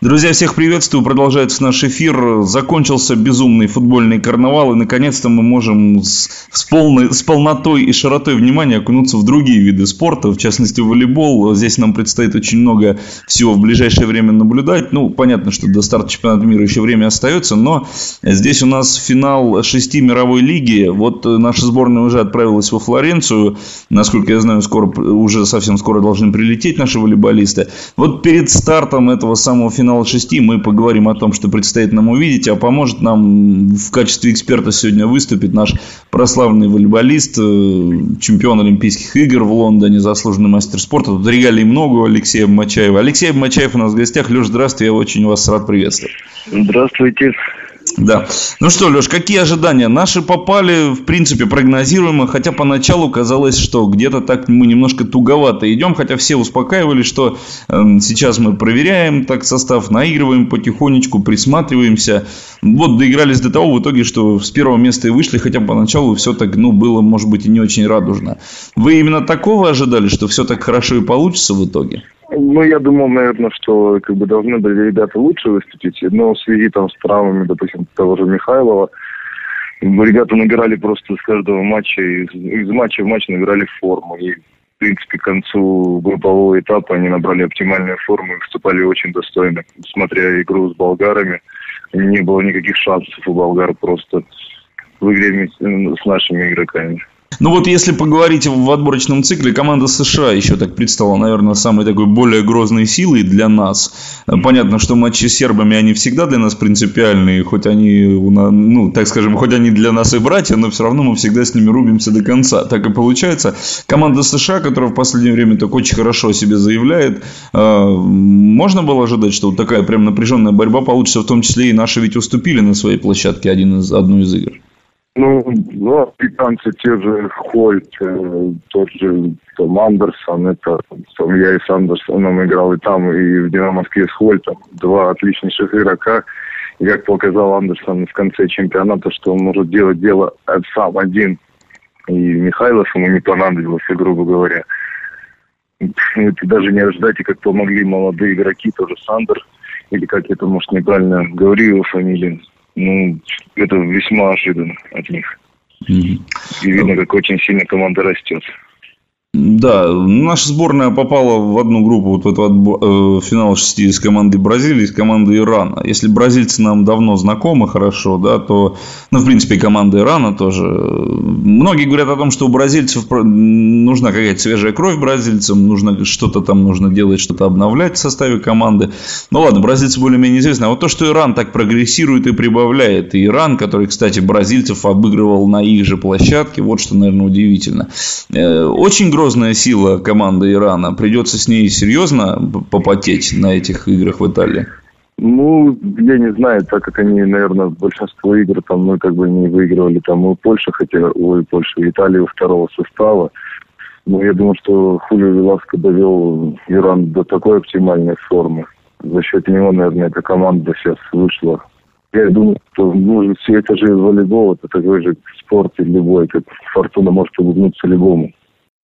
Друзья, всех приветствую. Продолжается наш эфир. Закончился безумный футбольный карнавал. И, наконец-то, мы можем с полнотой и широтой внимания окунуться в другие виды спорта. В частности, в волейбол. Здесь нам предстоит очень много всего в ближайшее время наблюдать. Понятно, что до старта чемпионата мира еще время остается. Но здесь у нас финал 6 мировой лиги. Вот наша сборная уже отправилась во Флоренцию. Насколько я знаю, совсем скоро должны прилететь наши волейболисты. Вот перед стартом этого самого финала 6 мы поговорим о том, что предстоит нам увидеть, а поможет нам в качестве эксперта сегодня выступит наш прославленный волейболист, чемпион Олимпийских игр в Лондоне, заслуженный мастер спорта. Тут регалий много у Алексея Обмачаева. Алексей Обмачаев у нас в гостях. Леш, здравствуй, я очень вас рад приветствовать. Здравствуйте. Да. Ну что, Леш, какие ожидания? Наши попали, в принципе, прогнозируемо, хотя поначалу казалось, что где-то так мы немножко туговато идем, хотя все успокаивали, что сейчас мы проверяем так состав, наигрываем потихонечку, присматриваемся. Вот доигрались до того в итоге, что с первого места и вышли, хотя поначалу все так, было, может быть, и не очень радужно. Вы именно такого ожидали, что все так хорошо и получится в итоге? Я думал, наверное, что должны были ребята лучше выступить, но в связи с травмами, допустим, того же Михайлова, ребята набирали просто с каждого матча, из матча в матч набирали форму. И, в принципе, к концу группового этапа они набрали оптимальную форму и выступали очень достойно. Смотря игру с болгарами, не было никаких шансов у болгар просто в игре с нашими игроками. Если поговорить в отборочном цикле, команда США еще так предстала, наверное, самой такой более грозной силой для нас. Понятно, что матчи с сербами, они всегда для нас принципиальные, хоть они, хоть они для нас и братья, но все равно мы всегда с ними рубимся до конца. Так и получается. Команда США, которая в последнее время так очень хорошо о себе заявляет, можно было ожидать, что вот такая прям напряженная борьба получится, в том числе и наши ведь уступили на своей площадке одну из игр. Американцы те же Хольт, тот же Андерсон, я и с Андерсоном играл и там, и в «Динамо Москве» с Хольтом. Два отличнейших игрока. И как показал Андерсон в конце чемпионата, что он может делать дело сам один. И Михайлов ему не понадобилось, грубо говоря. Это даже не ожидать, и как помогли молодые игроки, тоже Сандер, или как это, может, неправильно говорю его фамилию. Это весьма ожиданно от них. И видно, как очень сильно команда растет. Да, наша сборная попала в одну группу, в этот финал 6 с командой Бразилии, с командой Ирана. Если бразильцы нам давно знакомы хорошо, да, то, в принципе, команда Ирана тоже. Многие говорят о том, что у бразильцев нужна какая-то свежая кровь бразильцам, нужно делать, что-то обновлять в составе команды. Ладно, бразильцы более-менее известны. А вот то, что Иран так прогрессирует и прибавляет, и Иран, который, кстати, бразильцев обыгрывал на их же площадке, вот что, наверное, удивительно. Очень грозная сила команды Ирана. Придется с ней серьезно попотеть на этих играх в Италии? Я не знаю, так как они, наверное, большинство игр мы не выигрывали у Польши, и Италии у второго состава. Я думаю, что Хулио Веласко довел Иран до такой оптимальной формы. За счет него, наверное, эта команда сейчас вышла. Я думаю, что все это же волейбол, это такой же спорт, и любой, как фортуна может улыбнуться любому.